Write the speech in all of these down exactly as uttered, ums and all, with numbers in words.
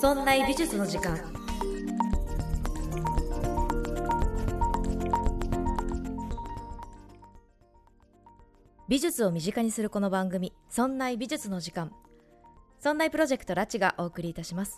そんな美術の時間。美術を身近にするこの番組、そんな美術の時間。そんなプロジェクトラチがお送りいたします。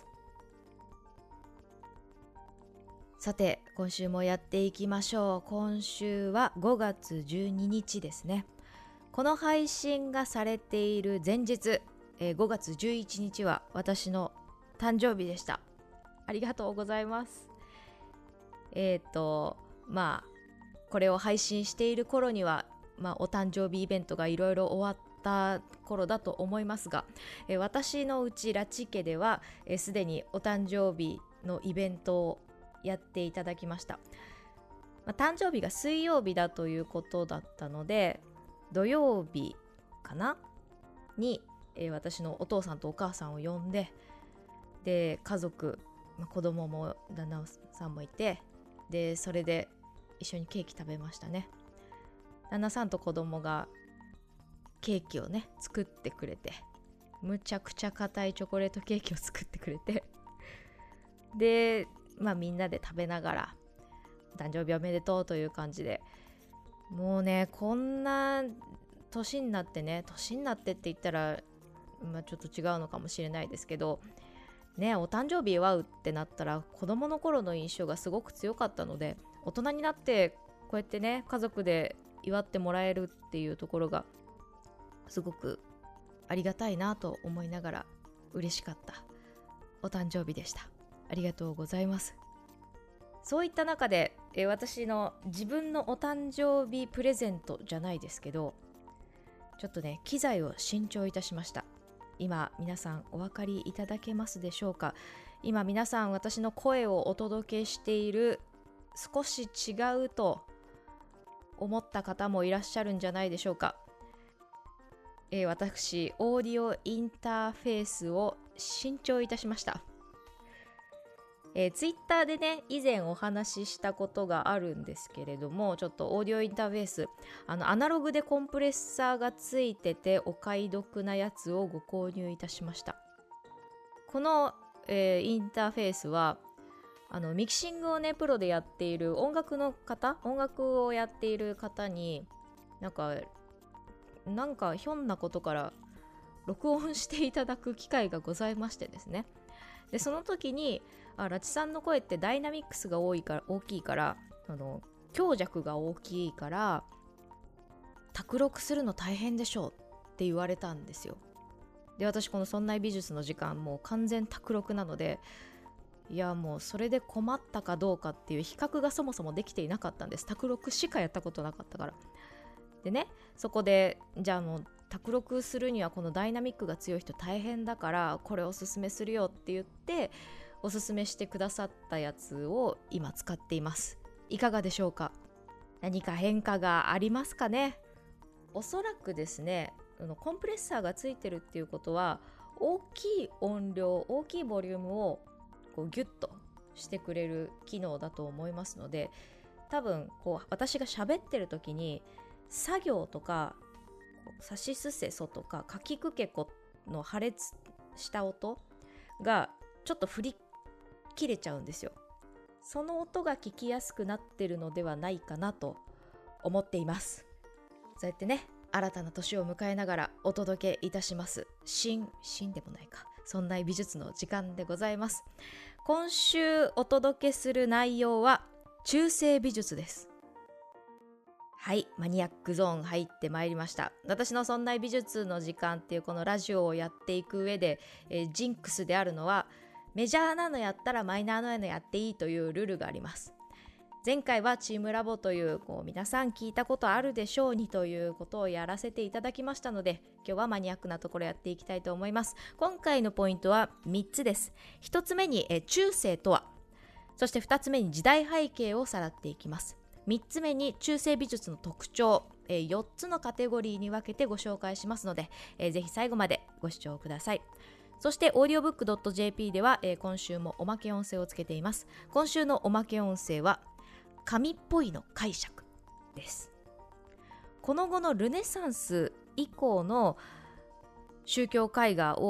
さて、今週もやっていきましょう。今週はごがつじゅうににちですね。この配信がされている前日、えー、ごがつじゅういちにちは私の誕生日でした。ありがとうございます。えっとまあこれを配信している頃には、まあ、お誕生日イベントがいろいろ終わった頃だと思いますが、えー、私のうちラチ家ではすで、えー、にお誕生日のイベントをやっていただきました。まあ、誕生日が水曜日だということだったので、土曜日かなに、えー、私のお父さんとお母さんを呼んで、で家族、まあ、子供も旦那さんもいて、でそれで一緒にケーキ食べましたね。旦那さんと子供がケーキをね作ってくれて、むちゃくちゃ硬いチョコレートケーキを作ってくれて、でまあみんなで食べながら誕生日おめでとうという感じで、もうねこんな年になってね年になってって言ったら、まあ、ちょっと違うのかもしれないですけどね、お誕生日祝うってなったら子供の頃の印象がすごく強かったので、大人になってこうやってね家族で祝ってもらえるっていうところがすごくありがたいなと思いながら嬉しかったお誕生日でした。ありがとうございます。そういった中で、え私の自分のお誕生日プレゼントじゃないですけど、ちょっとね機材を新調いたしました。今皆さんお分かりいただけますでしょうか。今皆さん私の声をお届けしている少し違うと思った方もいらっしゃるんじゃないでしょうか。えー、私オーディオインターフェースを新調いたしました。えー、ツイッターでね以前お話ししたことがあるんですけれども、ちょっとオーディオインターフェース、あのアナログでコンプレッサーがついててお買い得なやつをご購入いたしました。この、えー、インターフェースはあのミキシングをねプロでやっている音楽の方音楽をやっている方になんかなんかひょんなことから録音していただく機会がございましてですね。でその時にあラチさんの声ってダイナミックスが多いから大きいからあの強弱が大きいから卓録するの大変でしょうって言われたんですよ。で私このそんな美術の時間もう完全卓録なので、いやもうそれで困ったかどうかっていう比較がそもそもできていなかったんです。卓録しかやったことなかったから。でねそこでじゃあもう卓録するにはこのダイナミックが強い人大変だからこれおすすめするよって言っておすすめしてくださったやつを今使っています。いかがでしょうか。何か変化がありますかね。おそらくですねコンプレッサーがついてるっていうことは大きい音量大きいボリュームをこうギュッとしてくれる機能だと思いますので、多分こう私が喋ってる時に作業とかさしすせそとかかきくけこの破裂した音がちょっと振り切れちゃうんですよ。その音が聞きやすくなってるのではないかなと思っています。そうやってね新たな年を迎えながらお届けいたします新新でもないかそんな美術の時間でございます。今週お届けする内容は中世美術です。はい、マニアックゾーン入ってまいりました。私のそんな美術の時間っていうこのラジオをやっていく上で、えー、ジンクスであるのはメジャーなのやったらマイナーなのやっていいというルールがあります。前回はチームラボという、こう皆さん聞いたことあるでしょうにということをやらせていただきましたので、今日はマニアックなところやっていきたいと思います。今回のポイントはみっつです。ひとつめにえ中世とは、そしてふたつめに時代背景をさらっていきます。みっつめに中世美術の特徴、えー、よっつのカテゴリーに分けてご紹介しますので、えー、ぜひ最後までご視聴ください。そしてオーディオブックドットジェーピー では、えー、今週もおまけ音声をつけています。今週のおまけ音声は紙っぽいの解釈です。この後のルネサンス以降の宗教絵画を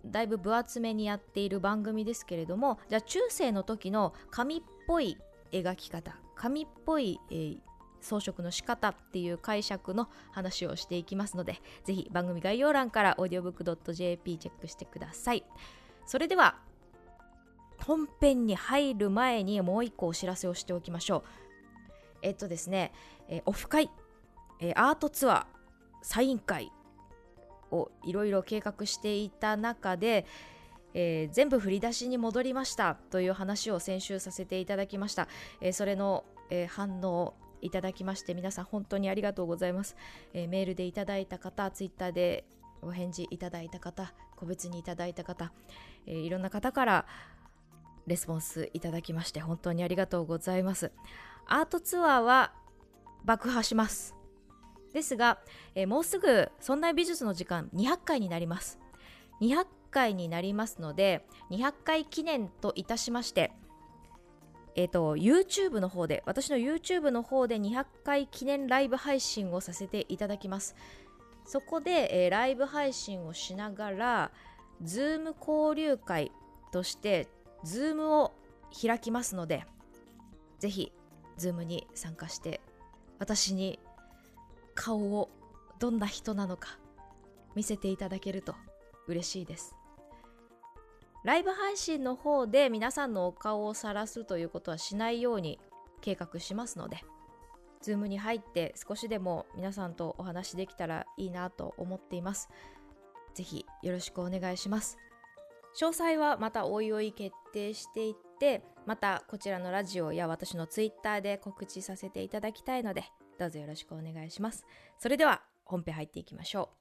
だいぶ分厚めにやっている番組ですけれども、じゃあ中世の時の紙っぽい描き方、紙っぽい、えー装飾の仕方っていう解釈の話をしていきますので、ぜひ番組概要欄から オーディオブックドットジェーピー チェックしてください。それでは本編に入る前にもう一個お知らせをしておきましょう。えっとですね、えー、オフ会、えー、アートツアーサイン会をいろいろ計画していた中で、えー、全部振り出しに戻りましたという話を先週させていただきました。えー、それの、えー、反応いただきまして、皆さん本当にありがとうございます。えー、メールでいただいた方、ツイッターでお返事いただいた方、個別にいただいた方、えー、いろんな方からレスポンスいただきまして本当にありがとうございます。アートツアーは爆破します。ですが、えー、もうすぐそんな美術の時間にひゃっかいになります。にひゃっかいになりますので、にひゃっかい記念といたしまして、えーと、YouTube の方で、私の YouTube の方でにひゃっかい記念ライブ配信をさせていただきます。そこで、えー、ライブ配信をしながら Zoom 交流会として Zoom を開きますので、ぜひ Zoom に参加して私に顔をどんな人なのか見せていただけると嬉しいです。ライブ配信の方で皆さんのお顔を晒すということはしないように計画しますので、Zoom に入って少しでも皆さんとお話できたらいいなと思っています。ぜひよろしくお願いします。詳細はまたおいおい決定していって、またこちらのラジオや私の Twitter で告知させていただきたいので、どうぞよろしくお願いします。それでは本編入っていきましょう。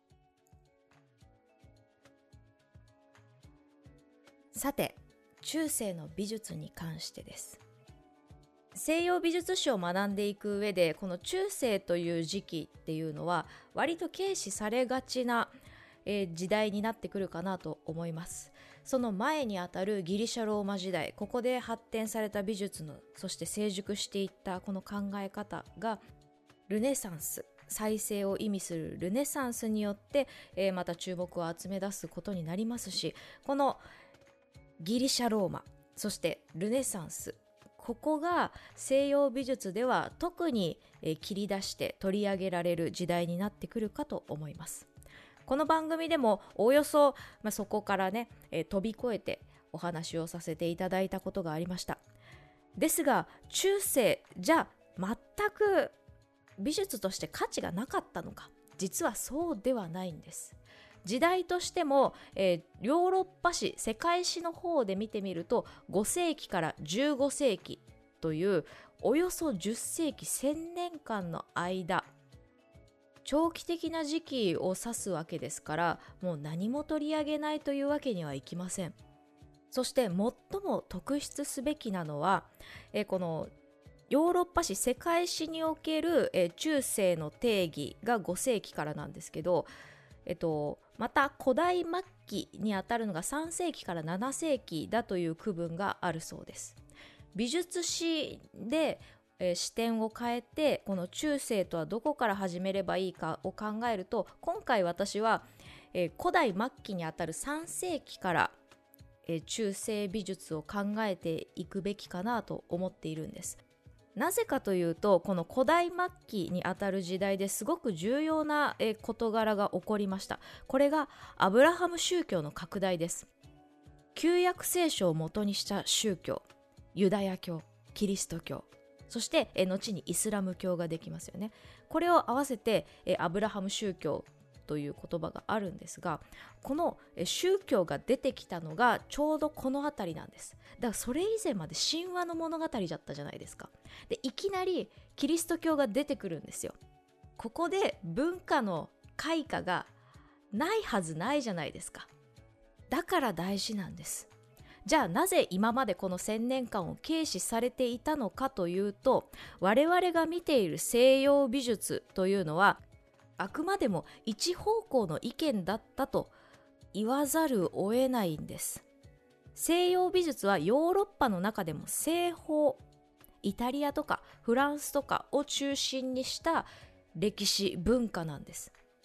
さて、中世の美術に関してです。西洋美術史を学んでいく上で、この中世という時期っていうのは割と軽視されがちな、えー、時代になってくるかなと思います。その前にあたるギリシャローマ時代、ここで発展された美術の、そして成熟していったこの考え方がルネサンス、再生を意味するルネサンスによって、えー、また注目を集め出すことになりますし、このギリシャローマ、そしてルネサンス、ここが西洋美術では特に切り出して取り上げられる時代になってくるかと思います。この番組でもおおよそ、まあ、そこからね、え飛び越えてお話をさせていただいたことがありました。ですが中世じゃ全く美術として価値がなかったのか、実はそうではないんです。時代としても、えー、ヨーロッパ史、世界史の方で見てみるとごせいきからじゅうごせいきというおよそじゅっせいきせんねんかんの間、長期的な時期を指すわけですから、もう何も取り上げないというわけにはいきません。そして最も特筆すべきなのは、えー、このヨーロッパ史、世界史における、えー、中世の定義がごせいきからなんですけど、えっと、また古代末期にあたるのがさんせいきからななせいきだという区分があるそうです。美術史で、えー、視点を変えて、この中世とはどこから始めればいいかを考えると、今回私は、えー、古代末期にあたるさんせいきから、えー、中世美術を考えていくべきかなと思っているんです。なぜかというと、この古代末期にあたる時代ですごく重要な事柄が起こりました。これがアブラハム宗教の拡大です。旧約聖書を元にした宗教、ユダヤ教、キリスト教、そして後にイスラム教ができますよね。これを合わせてアブラハム宗教という言葉があるんですが、この宗教が出てきたのがちょうどこの辺りなんです。だからそれ以前まで神話の物語だったじゃないですか。で、いきなりキリスト教が出てくるんですよ。ここで文化の開花がないはずないじゃないですか。だから大事なんです。じゃあなぜ今までこのせんねんかんを軽視されていたのかというと、我々が見ている西洋美術というのはあくまでも一方向の意見だったと言わざるを得ないんです。西洋美術はヨーロッパの中でも西方、イタリアとかフランスとかを中心にした歴史文化なんです。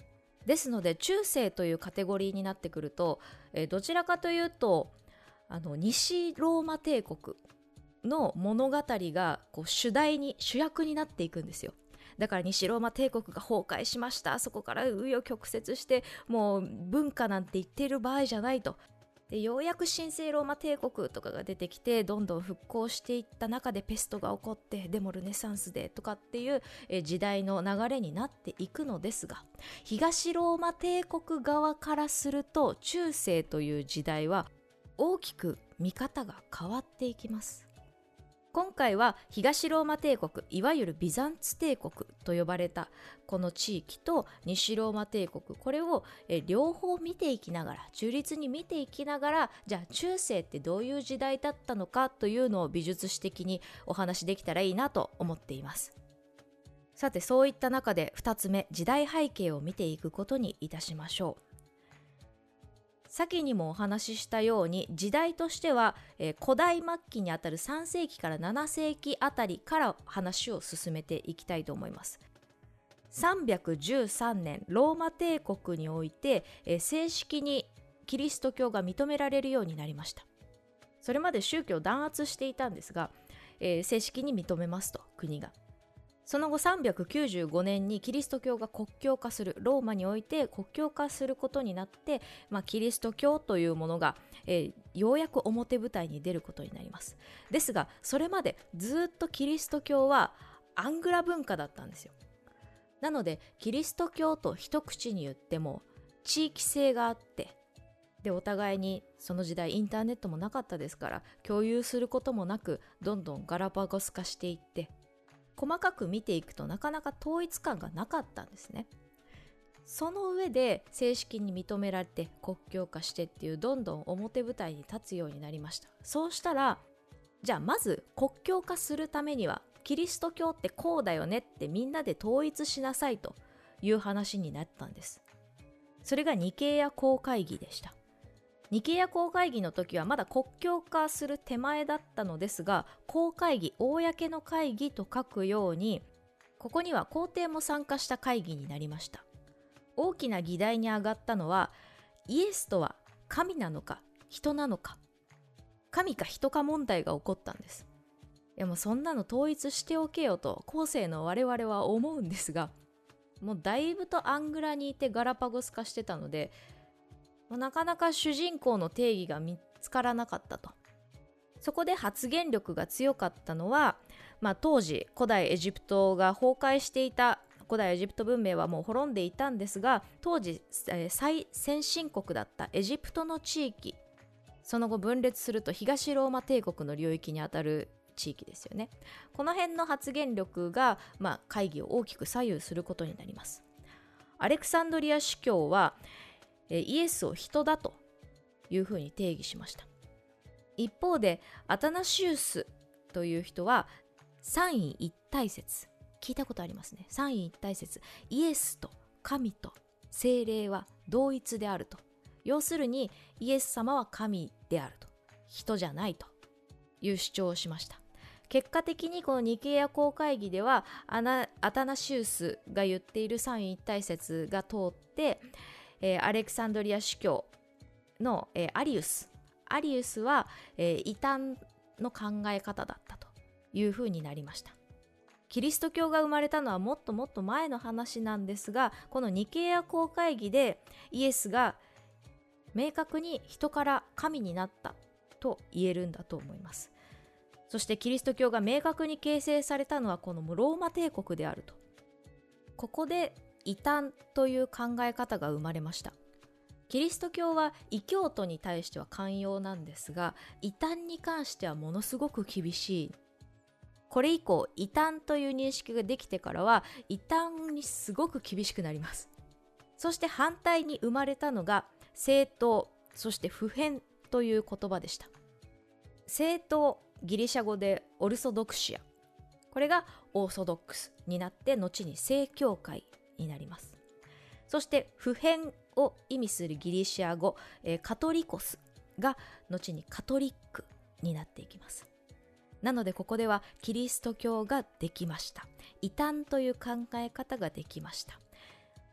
ですので中世というカテゴリーになってくると、えーどちらかというとあの西ローマ帝国の物語がこう主題に主役になっていくんですよ。だから西ローマ帝国が崩壊しました、そこから紆余曲折してもう文化なんて言っている場合じゃないと。でようやく神聖ローマ帝国とかが出てきてどんどん復興していった中でペストが起こってでもルネサンスでとかっていうえ時代の流れになっていくのですが、東ローマ帝国側からすると中世という時代は大きく見方が変わっていきます。今回は東ローマ帝国、いわゆるビザンツ帝国と呼ばれたこの地域と西ローマ帝国、これをえ両方見ていきながら、中立に見ていきながら、じゃあ中世ってどういう時代だったのかというのを美術史的にお話しできたらいいなと思っています。さてそういった中でふたつめ、時代背景を見ていくことにいたしましょう。先にもお話ししたように時代としては、えー古代末期にあたるさんせいきからななせいきあたりから話を進めていきたいと思います。さんびゃくじゅうさんねんローマ帝国において、えー正式にキリスト教が認められるようになりました。それまで宗教を弾圧していたんですが、えー正式に認めますと、国が。その後さんびゃくきゅうじゅうごねんにキリスト教が国教化する、ローマにおいて国教化することになって、まあ、キリスト教というものが、えーようやく表舞台に出ることになります。ですがそれまでずっとキリスト教はアングラ文化だったんですよ。なのでキリスト教と一口に言っても地域性があって、でお互いにその時代インターネットもなかったですから共有することもなく、どんどんガラパゴス化していって、細かく見ていくとなかなか統一感がなかったんですね。その上で正式に認められて国教化してっていう、どんどん表舞台に立つようになりました。そうしたら、じゃあまず国教化するためにはキリスト教ってこうだよねってみんなで統一しなさいという話になったんです。それがニケイア公会議でした。ニケイア公会議の時はまだ国教化する手前だったのですが、公会議、公の会議と書くように、ここには皇帝も参加した会議になりました。大きな議題に上がったのは、イエスとは神なのか人なのか、神か人か問題が起こったんです。いやもうそんなの統一しておけよと後世の我々は思うんですが、もうだいぶとアングラにいてガラパゴス化してたので、なかなか主人公の定義が見つからなかったと。そこで発言力が強かったのは、まあ、当時古代エジプトが崩壊していた、古代エジプト文明はもう滅んでいたんですが、当時、えー最先進国だったエジプトの地域、その後分裂すると東ローマ帝国の領域にあたる地域ですよね。この辺の発言力が、まあ、会議を大きく左右することになります。アレクサンドリア司教はイエスを人だというふうに定義しました。一方でアタナシウスという人は三位一体説、聞いたことありますね。三位一体説、イエスと神と聖霊は同一であると。要するにイエス様は神であると、人じゃないという主張をしました。結果的にこのニケイア公会議ではアナアタナシウスが言っている三位一体説が通って、えー、アレクサンドリア司教の、えー、アリウスアリウスは、えー、異端の考え方だったというふうになりました。キリスト教が生まれたのはもっともっと前の話なんですが、このニケイア公会議でイエスが明確に人から神になったと言えるんだと思います。そしてキリスト教が明確に形成されたのはこのローマ帝国であると。ここで異端という考え方が生まれました。キリスト教は異教徒に対しては寛容なんですが、異端に関してはものすごく厳しい。これ以降異端という認識ができてからは異端にすごく厳しくなります。そして反対に生まれたのが正統、そして普遍という言葉でした。正統、ギリシャ語でオルソドクシア、これがオーソドックスになって後に正教会になります。そして普遍を意味するギリシャ語、えー、カトリコスが後にカトリックになっていきます。なのでここではキリスト教ができました。異端という考え方ができました。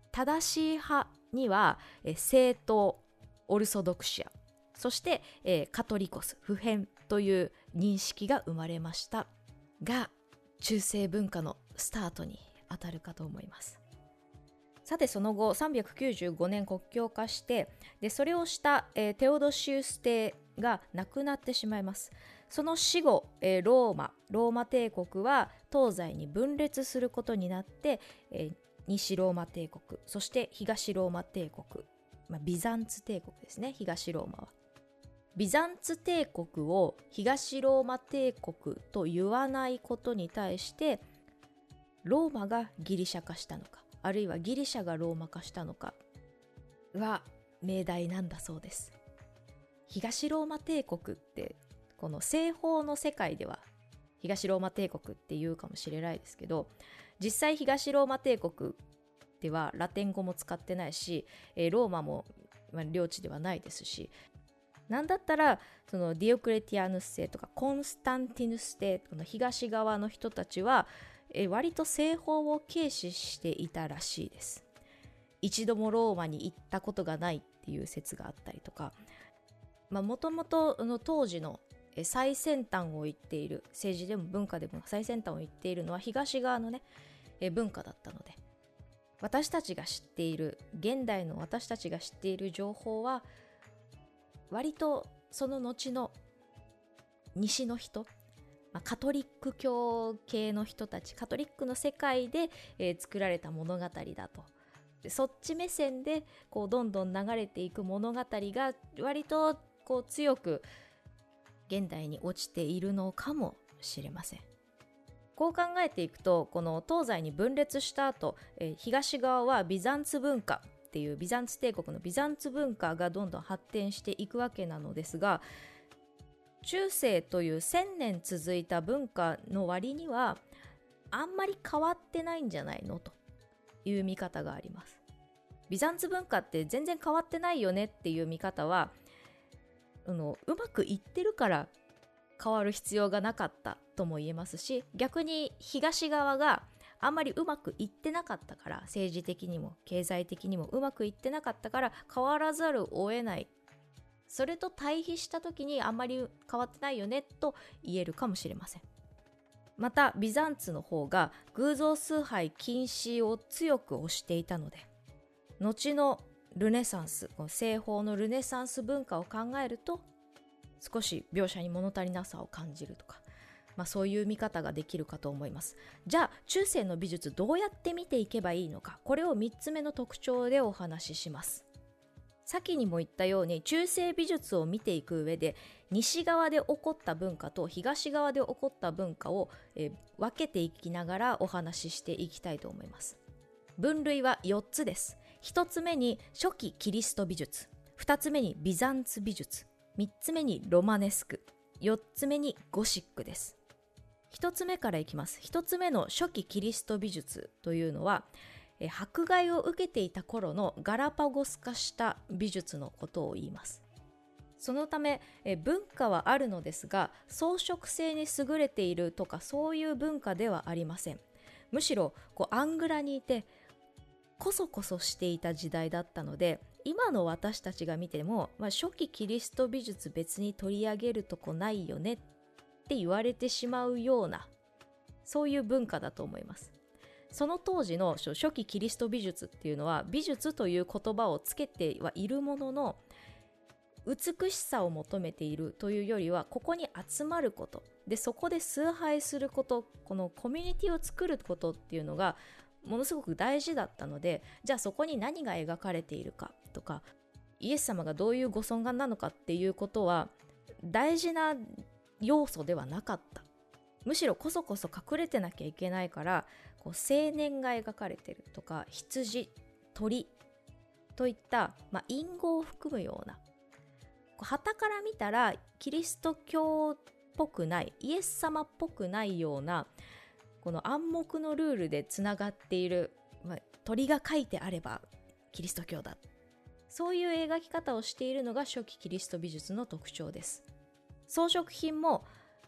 正しい派にはえ正統オルソドクシア、そして、えー、カトリコス普遍という認識が生まれましたが、中世文化のスタートにあたるかと思います。さてその後さんびゃくきゅうじゅうごねん国教化して、でそれをした、えー、テオドシウス帝が亡くなってしまいます。その死後、えー、ローマローマ帝国は東西に分裂することになって、えー、西ローマ帝国、そして東ローマ帝国、まあ、ビザンツ帝国ですね。東ローマはビザンツ帝国を東ローマ帝国と言わないことに対して、ローマがギリシャ化したのか、あるいはギリシャがローマ化したのかは命題なんだそうです。東ローマ帝国ってこの西方の世界では東ローマ帝国っていうかもしれないですけど、実際東ローマ帝国ではラテン語も使ってないし、ローマも領地ではないですし、なんだったらそのディオクレティアヌス帝とかコンスタンティヌス帝、この東側の人たちはえ割と西方を軽視していたらしいです。一度もローマに行ったことがないっていう説があったりとか、もともと当時の最先端を言っている、政治でも文化でも最先端を言っているのは東側のね文化だったので、私たちが知っている現代の私たちが知っている情報は割とその後の西の人、まあ、カトリック教系の人たち、カトリックの世界で、えー、作られた物語だと。でそっち目線でこうどんどん流れていく物語が割とこう強く現代に落ちているのかもしれません。こう考えていくと、この東西に分裂した後、えー、東側はビザンツ文化っていうビザンツ帝国のビザンツ文化がどんどん発展していくわけなのですが、中世というせんねん続いた文化の割にはあんまり変わってないんじゃないのという見方があります。ビザンツ文化って全然変わってないよねっていう見方は、あのうまくいってるから変わる必要がなかったとも言えますし、逆に東側があんまりうまくいってなかったから、政治的にも経済的にもうまくいってなかったから変わらざるを得ない、それと対比した時にあんまり変わってないよねと言えるかもしれません。またビザンツの方が偶像崇拝禁止を強く推していたので、後のルネサンス、西方のルネサンス文化を考えると少し描写に物足りなさを感じるとか、まあ、そういう見方ができるかと思います。じゃあ中世の美術どうやって見ていけばいいのか、これをみっつめの特徴でお話しします。先にも言ったように中世美術を見ていく上で、西側で起こった文化と東側で起こった文化を、えー、分けていきながらお話ししていきたいと思います。分類はよっつです。ひとつめに初期キリスト美術、ふたつめにビザンツ美術、みっつめにロマネスク、よっつめにゴシックです。ひとつめからいきます。ひとつめの初期キリスト美術というのは、迫害を受けていた頃のガラパゴス化した美術のことを言います。そのため文化はあるのですが、装飾性に優れているとかそういう文化ではありません。むしろこうアングラにいてコソコソしていた時代だったので、今の私たちが見ても、まあ、初期キリスト美術別に取り上げるとこないよねって言われてしまうような、そういう文化だと思います。その当時の初期キリスト美術っていうのは、美術という言葉をつけてはいるものの、美しさを求めているというよりは、ここに集まることで、そこで崇拝すること、このコミュニティを作ることっていうのがものすごく大事だったので、じゃあそこに何が描かれているかとか、イエス様がどういうご尊顔なのかっていうことは大事な要素ではなかった。むしろこそこそ隠れてなきゃいけないから、こう青年が描かれてるとか、羊、鳥といった、まあ、隠語を含むような、傍から見たらキリスト教っぽくない、イエス様っぽくないような、この暗黙のルールでつながっている、まあ、鳥が書いてあればキリスト教だ、そういう描き方をしているのが初期キリスト美術の特徴です。装飾品も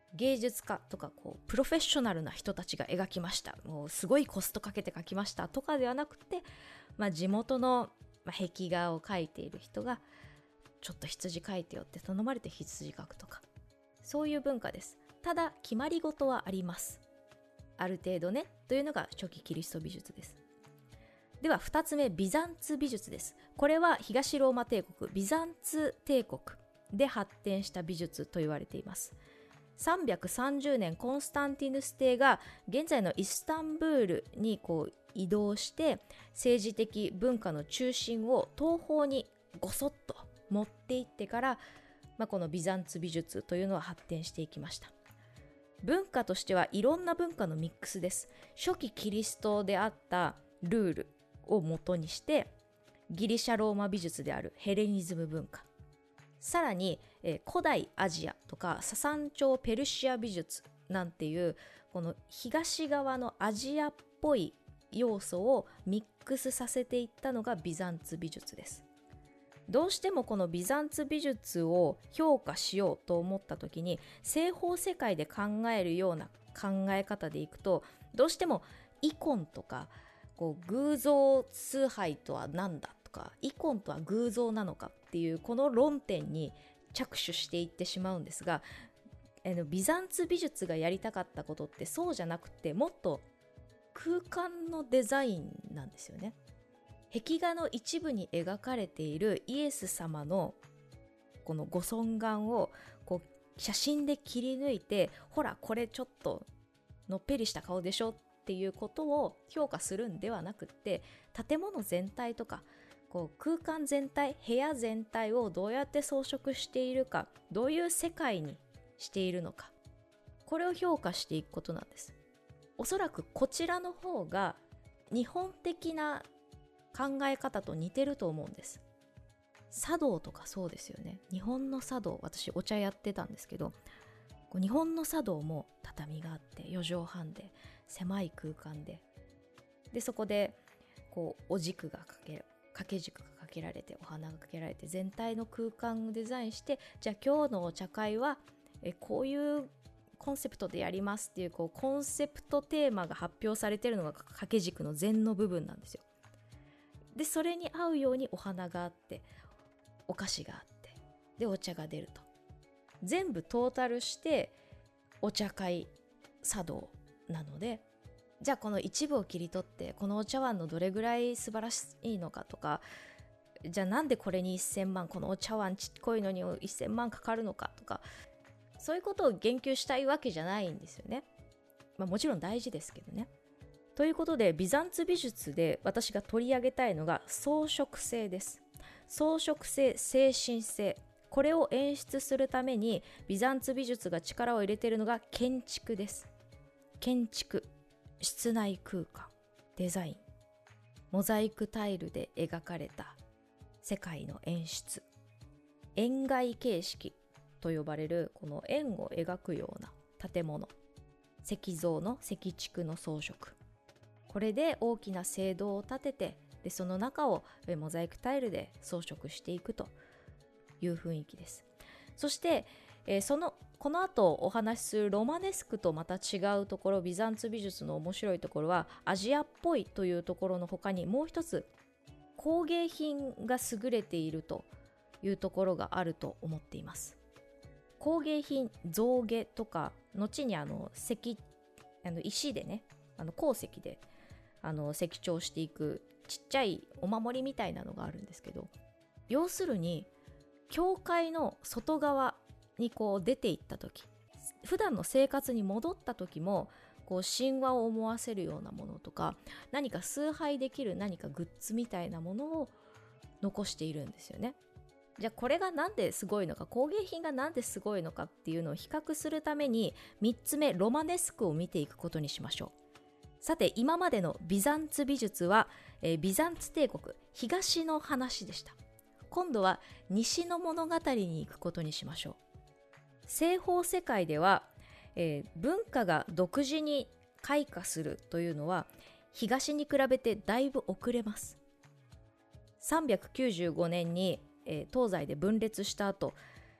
芸術家とかこうプロフェッショナルな人たちが描きました、もうすごいコストかけて描きましたとかではなくて、まあ、地元の壁画を描いている人がちょっと羊描いてよって頼まれて羊描くとか、そういう文化です。ただ決まり事はあります、ある程度ね、というのが初期キリスト美術です。ではふたつめ、ビザンツ美術です。これは東ローマ帝国ビザンツ帝国で発展した美術と言われています。さんびゃくさんじゅうねん、コンスタンティヌス帝が現在のイスタンブールにこう移動して、政治的文化の中心を東方にごそっと持っていってから、まあ、このビザンツ美術というのは発展していきました。文化としてはいろんな文化のミックスです。初期キリストであったルールを元にして、ギリシャローマ美術であるヘレニズム文化、さらに、えー、古代アジアとかササン朝ペルシア美術なんていうこの東側のアジアっぽい要素をミックスさせていったのがビザンツ美術です。どうしてもこのビザンツ美術を評価しようと思った時に、西方世界で考えるような考え方でいくと、どうしてもイコンとかこう偶像崇拝とは何だとか、イコンとは偶像なのかっていうこの論点に着手していってしまうんですが、ビザンツ美術がやりたかったことってそうじゃなくて、もっと空間のデザインなんですよね。壁画の一部に描かれているイエス様のこのご尊顔をこう写真で切り抜いて、ほらこれちょっとのっぺりした顔でしょっていうことを評価するんではなくって、建物全体とかこう空間全体、部屋全体をどうやって装飾しているか、どういう世界にしているのか、これを評価していくことなんです。おそらくこちらの方が日本的な考え方と似てると思うんです。茶道とかそうですよね。日本の茶道、私お茶やってたんですけど、日本の茶道も畳があってよじょうはんで狭い空間で、でそこでこうお軸がかける掛け軸がかけられて、お花がかけられて、全体の空間をデザインして、じゃあ今日のお茶会はえこういうコンセプトでやりますっていう、こうコンセプトテーマが発表されているのが掛け軸の前の部分なんですよ。でそれに合うようにお花があって、お菓子があって、でお茶が出ると、全部トータルしてお茶会茶道なので、じゃあこの一部を切り取ってこのお茶碗のどれぐらい素晴らしいのかとか、じゃあなんでこれにせんまん、このお茶碗ちっこいのにせんまんかかるのかとか、そういうことを言及したいわけじゃないんですよね。まあ、もちろん大事ですけどね。ということでビザンツ美術で私が取り上げたいのが装飾性です。装飾性、精神性、これを演出するためにビザンツ美術が力を入れているのが建築です。建築、室内空間、デザイン、モザイクタイルで描かれた世界の演出、円外形式と呼ばれるこの円を描くような建物、石像の石築の装飾、これで大きな聖堂を建てて、でその中をモザイクタイルで装飾していくという雰囲気です。そして、えー、そのこの後お話しするロマネスクとまた違うところ、ビザンツ美術の面白いところはアジアっぽいというところの他に、もう一つ工芸品が優れているというところがあると思っています。工芸品、象牙とか、後にあの石あの石でね、あの鉱石であの石彫していくちっちゃいお守りみたいなのがあるんですけど、要するに教会の外側にこう出ていった時、普段の生活に戻った時もこう神話を思わせるようなものとか、何か崇拝できる何かグッズみたいなものを残しているんですよね。じゃあこれがなんですごいのか、工芸品がなんですごいのかっていうのを比較するためにみっつめ、ロマネスクを見ていくことにしましょう。さて今までのビザンツ美術は、えー、ビザンツ帝国東の話でした。今度は西の物語に行くことにしましょう。西方世界では、えー、文化が独自に開花するというのは東に比べてだいぶ遅れます。さんびゃくきゅうじゅうごねんに、えー、東西で分裂した後、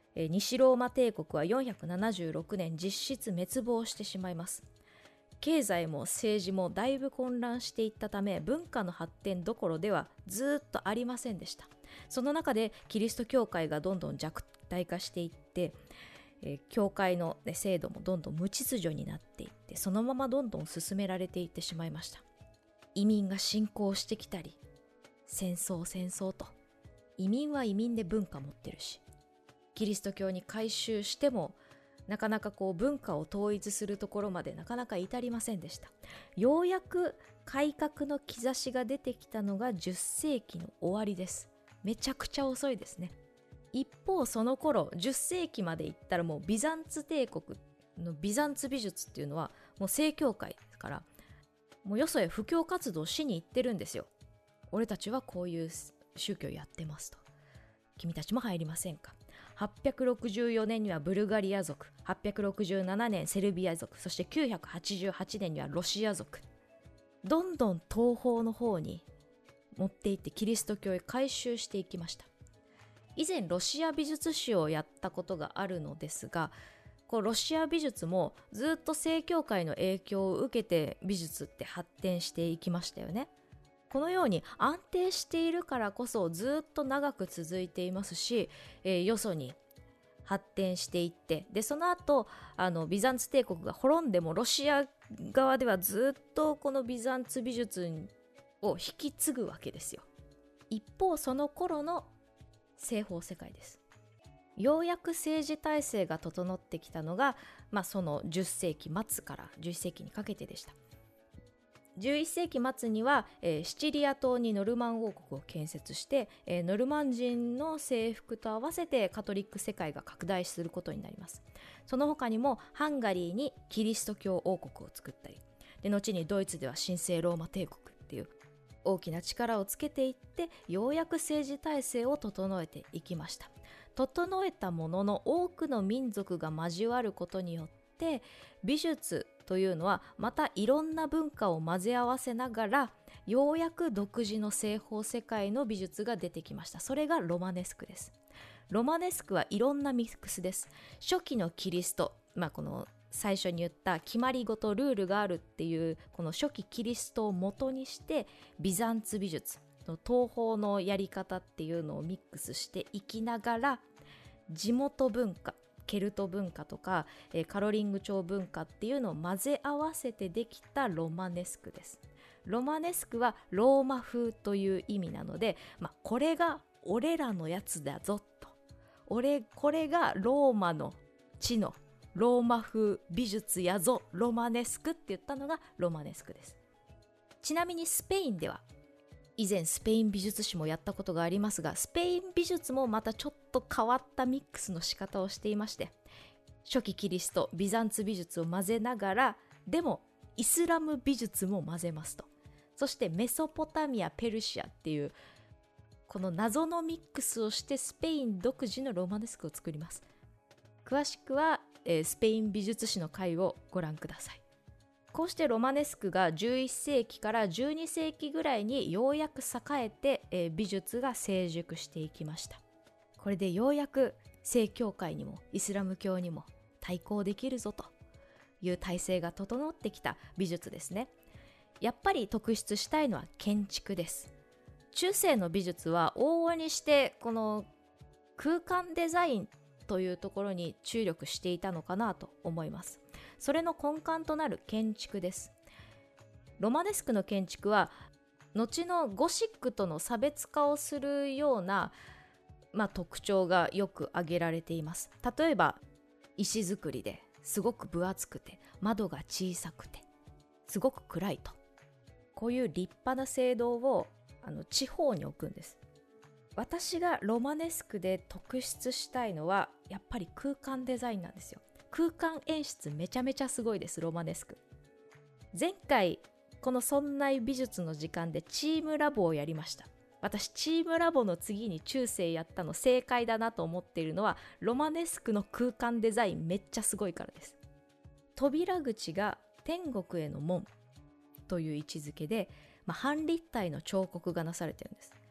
えー、西ローマ帝国はよんひゃくななじゅうろくねん実質滅亡してしまいます。経済も政治もだいぶ混乱していったため、文化の発展どころではずっとありませんでした。その中でキリスト教会がどんどん弱体化していって、えー、教会の、ね、制度もどんどん無秩序になっていって、そのままどんどん進められていってしまいました。移民が侵攻してきたり、戦争戦争と、移民は移民で文化持ってるし、キリスト教に改宗してもなかなかこう文化を統一するところまでなかなか至りませんでした。ようやく改革の兆しが出てきたのがじゅっせいきの終わりです。めちゃくちゃ遅いですね。一方その頃じゅっせいきまで行ったらもうビザンツ帝国のビザンツ美術っていうのはもう正教会ですから、もうよそへ布教活動しに行ってるんですよ。俺たちはこういう宗教やってますと、君たちも入りませんか。はっぴゃくろくじゅうよねんにはブルガリア族、はっぴゃくろくじゅうななねんセルビア族、そしてきゅうひゃくはちじゅうはちねんにはロシア族、どんどん東方の方に持っていってキリスト教へ改宗していきました。以前ロシア美術史をやったことがあるのですが、こうロシア美術もずっと正教会の影響を受けて美術って発展していきましたよね。このように安定しているからこそずっと長く続いていますし、えー、よそに発展していって、でその後あのビザンツ帝国が滅んでもロシア側ではずっとこのビザンツ美術を引き継ぐわけですよ。一方その頃の西方世界です。ようやく政治体制が整ってきたのが、まあ、そのじゅっせいきまつからじゅっせいきにかけてでした。じゅういっせいきまつには、えー、シチリア島にノルマン王国を建設して、えー、ノルマン人の征服と合わせてカトリック世界が拡大することになります。その他にもハンガリーにキリスト教王国を作ったり、で後にドイツでは神聖ローマ帝国っていう大きな力をつけていって、ようやく政治体制を整えていきました。整えたものの多くの民族が交わることによって美術というのはまたいろんな文化を混ぜ合わせながら、ようやく独自の西方世界の美術が出てきました。それがロマネスクです。ロマネスクはいろんなミックスです。初期のキリスト、まあこの最初に言った決まり事ルールがあるっていうこの初期キリストを元にしてビザンツ美術の東方のやり方っていうのをミックスしていきながら、地元文化、ケルト文化とか、えー、カロリング朝文化っていうのを混ぜ合わせてできたロマネスクです。ロマネスクはローマ風という意味なので、まあ、これが俺らのやつだぞと、俺これがローマの地のローマ風美術やぞロマネスクって言ったのがロマネスクです。ちなみにスペインでは、以前スペイン美術史もやったことがありますが、スペイン美術もまたちょっと変わったミックスの仕方をしていまして、初期キリスト、ビザンツ美術を混ぜながら、でもイスラム美術も混ぜますと。そしてメソポタミア、ペルシアっていうこの謎のミックスをしてスペイン独自のロマネスクを作ります。詳しくは、えー、スペイン美術史の回をご覧ください。こうしてロマネスクがじゅういっせいきからじゅうにせいきぐらいにようやく栄えて、えー、美術が成熟していきました。これでようやく正教会にもイスラム教にも対抗できるぞという体制が整ってきた美術ですね。やっぱり特筆したいのは建築です。中世の美術は往々にしてこの空間デザインというところに注力していたのかなと思います。それの根幹となる建築です。ロマネスクの建築は後のゴシックとの差別化をするような、まあ、特徴がよく挙げられています。例えば石造りですごく分厚くて窓が小さくてすごく暗いと、こういう立派な聖堂をあの地方に置くんです。私がロマネスクで特筆したいのはやっぱり空間デザインなんですよ。空間演出めちゃめちゃすごいです、ロマネスク。前回このそんな美術の時間でチームラボをやりました。私チームラボの次に中世やったの正解だなと思っているのは、ロマネスクの空間デザインめっちゃすごいからです。扉口が天国への門という位置づけで、まあ、半立体の彫刻がなされてるんです。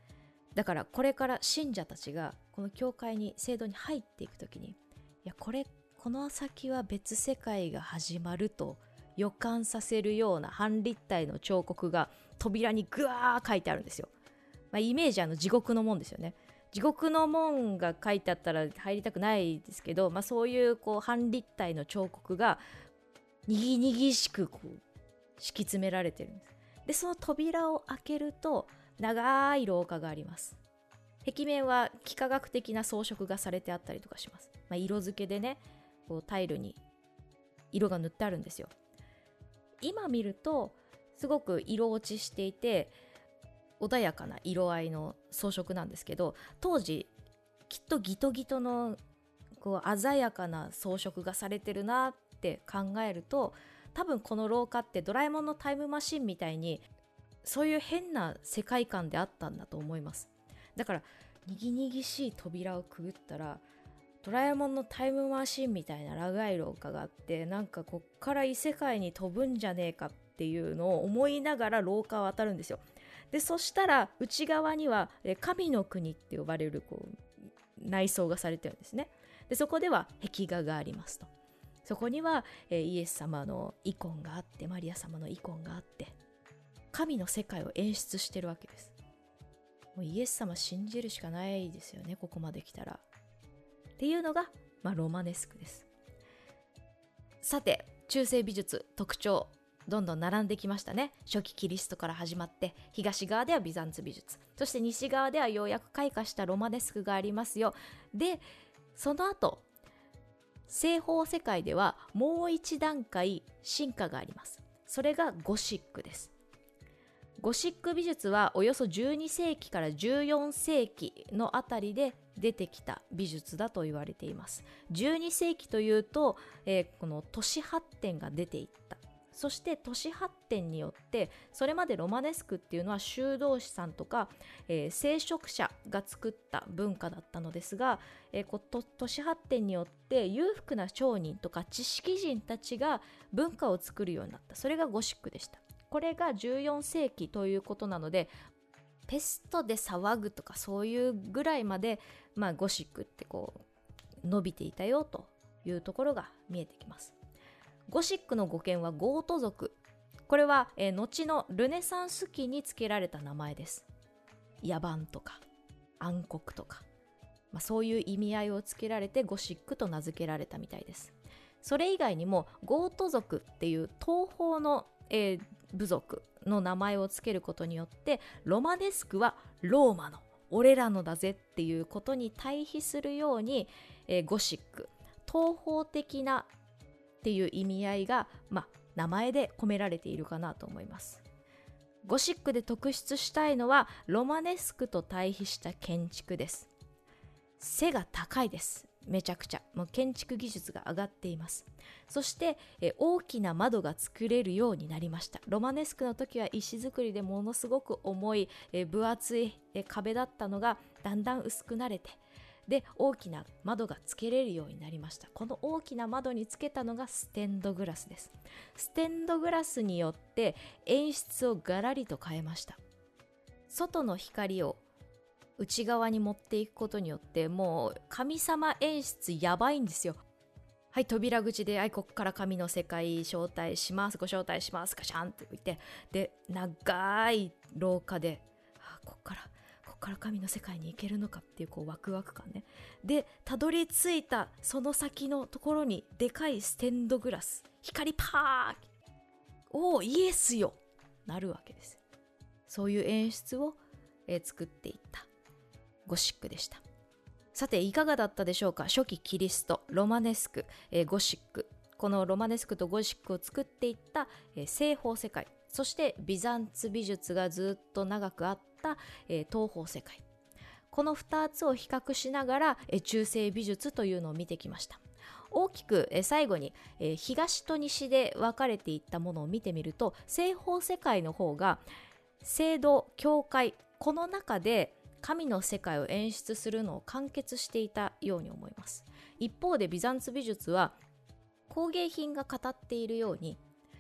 だからこれから信者たちがこの教会に聖堂に入っていくときに、いやこれこの先は別世界が始まると予感させるような半立体の彫刻が扉にぐわー書いてあるんですよ。まあ、イメージあの地獄の門ですよね。地獄の門が書いてあったら入りたくないですけど、まあ、そういうこう半立体の彫刻がにぎにぎしくこう敷き詰められてるんです。でその扉を開けると長い廊下があります。壁面は幾何学的な装飾がされてあったりとかします。まあ、色付けでねこうタイルに色が塗ってあるんですよ。今見るとすごく色落ちしていて穏やかな色合いの装飾なんですけど、当時きっとギトギトのこう鮮やかな装飾がされてるなって考えると、多分この廊下ってドラえもんのタイムマシンみたいにそういう変な世界観であったんだと思います。だからにぎにぎしい扉をくぐったらドラえもんのタイムマシンみたいな長い廊下があって、なんかこっから異世界に飛ぶんじゃねえかっていうのを思いながら廊下を渡るんですよ。でそしたら内側には神の国って呼ばれるこう内装がされてるんですね。でそこでは壁画がありますと。そこにはイエス様のイコンがあって、マリア様のイコンがあって、神の世界を演出してるわけです。もうイエス様信じるしかないですよね、ここまで来たら。っていうのが、まあ、ロマネスクです。さて中世美術特徴どんどん並んできましたね。初期キリストから始まって東側ではビザンツ美術、そして西側ではようやく開花したロマネスクがありますよ。でその後西方世界ではもう一段階進化があります。それがゴシックです。ゴシック美術はおよそじゅうにせいきからじゅうよんせいきのあたりで出てきた美術だと言われています。じゅうにせいきというと、えー、この都市発展が出ていった。そして都市発展によってそれまでロマネスクっていうのは修道士さんとか、えー、聖職者が作った文化だったのですが、えー、こ都都市発展によって裕福な商人とか知識人たちが文化を作るようになった。それがゴシックでした。これがじゅうよんせいきということなので、ペストで騒ぐとかそういうぐらいまで、まあ、ゴシックってこう伸びていたよというところが見えてきます。ゴシックの語源はゴート族。これは、えー、後のルネサンス期に付けられた名前です。野蛮とか暗黒とか、まあ、そういう意味合いをつけられてゴシックと名付けられたみたいです。それ以外にもゴート族っていう東方の、えー、部族の名前をつけることによってロマネスクはローマの俺らのだぜっていうことに対比するように、えー、ゴシック東方的なっていう意味合いが、まあ、名前で込められているかなと思います。ゴシックで特筆したいのはロマネスクと対比した建築です。背が高いです。めちゃくちゃもう建築技術が上がっています。そしてえ大きな窓が作れるようになりました。ロマネスクの時は石造りでものすごく重いえ分厚いえ壁だったのがだんだん薄くなれて、で大きな窓がつけれるようになりました。この大きな窓につけたのがステンドグラスです。ステンドグラスによって演出をガラリと変えました。外の光を内側に持っていくことによってもう神様演出やばいんですよ。はい、扉口で、はい、ここから神の世界招待します、ご招待します、ガシャンって言って、で長い廊下で、あ、ここからここから神の世界に行けるのかっていうこうワクワク感ね。でたどり着いたその先のところにでかいステンドグラス、光パー、おおイエスよなるわけです。そういう演出を、えー、作っていったゴシックでした。さていかがだったでしょうか。初期キリスト、ロマネスク、えー、ゴシック、このロマネスクとゴシックを作っていった、えー、西方世界、そしてビザンツ美術がずっと長くあった、えー、東方世界、このふたつを比較しながら、えー、中世美術というのを見てきました。大きく、えー、最後に、えー、東と西で分かれていったものを見てみると、西方世界の方が聖堂、教会、この中で神の世界を演出するのを完結していたように思います。一方でビザンツ美術は工芸品が語っているように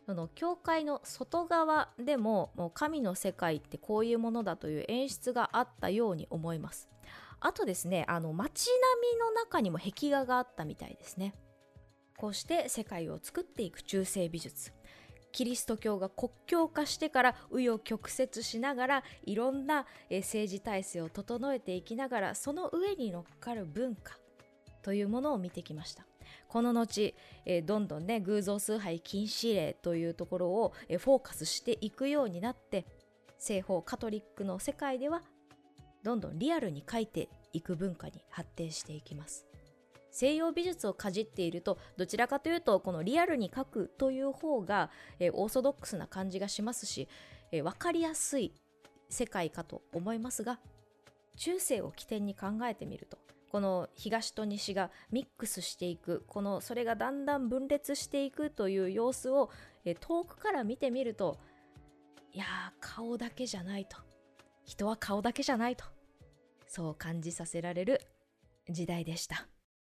その教会の外側でも、もう神の世界ってこういうものだという演出があったように思います。あとですね、あの街並みの中にも壁画があったみたいですね。こうして世界を作っていく中世美術、キリスト教が国教化してから紆余曲折しながらいろんな政治体制を整えていきながら、その上に乗っかる文化というものを見てきました。この後、えー、どんどんね偶像崇拝禁止令というところを、えー、フォーカスしていくようになって、西方カトリックの世界ではどんどんリアルに描いていく文化に発展していきます。西洋美術をかじっていると、どちらかというとこのリアルに描くという方が、えー、オーソドックスな感じがしますし、えー、分かりやすい世界かと思いますが、中世を起点に考えてみると、この東と西がミックスしていく、このそれがだんだん分裂していくという様子をえ遠くから見てみると、いやー顔だけじゃないと、人は顔だけじゃないと、そう感じさせられる時代でした。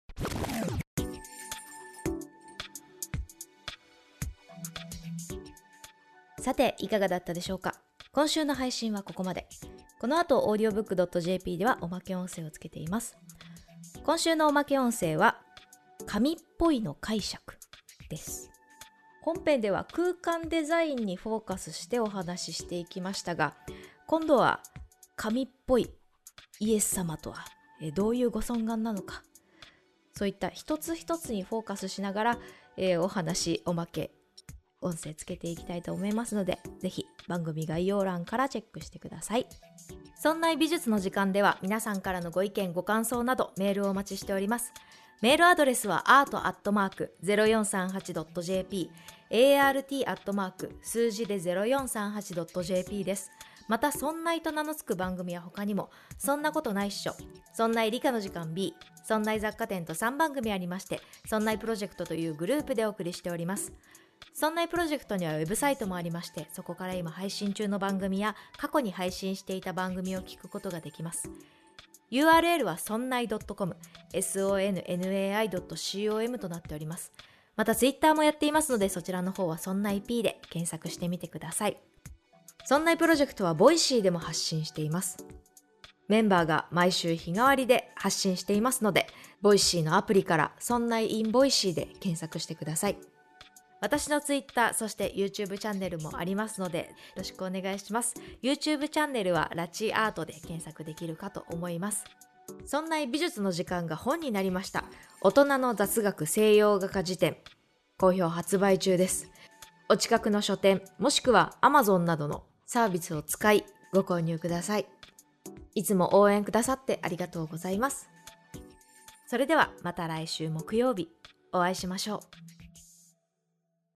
さていかがだったでしょうか。今週の配信はここまで。この後 オーディオブックドットジェーピー ではおまけ音声をつけています。今週のおまけ音声は紙っぽいの解釈です。本編では空間デザインにフォーカスしてお話ししていきましたが、今度は紙っぽいイエス様とはどういうご尊願なのか、そういった一つ一つにフォーカスしながら、えー、お話おまけ音声つけていきたいと思いますので、ぜひ番組概要欄からチェックしてください。そんな美術の時間では皆さんからのご意見ご感想などメールをお待ちしております。メールアドレスは アート アットマーク ゼロよんさんはち ドット ジェーピー アールティー アットマーク 数字で ゼロよんさんはち ドット ジェーピー です。またそんないと名の付く番組は他にも、そんなことないっしょ、そんない理科の時間 B、 そんない雑貨店とさんばん組ありまして、そんないプロジェクトというグループでお送りしております。そんないプロジェクトにはウェブサイトもありまして、そこから今配信中の番組や過去に配信していた番組を聞くことができます。 ユーアールエル はそんない ドット コム ソンナイ ドット コム となっております。またツイッターもやっていますので、そちらの方はそんない P で検索してみてください。そんないプロジェクトはボイシーでも発信しています。メンバーが毎週日替わりで発信していますので、ボイシーのアプリからそんない in ボイシーで検索してください。私のツイッター、そして YouTube チャンネルもありますので、よろしくお願いします。YouTube チャンネルはラチアートで検索できるかと思います。そんな美術の時間が本になりました。大人の雑学西洋画家辞典、好評発売中です。お近くの書店、もしくは Amazon などのサービスを使いご購入ください。いつも応援くださってありがとうございます。それではまた来週木曜日お会いしましょう。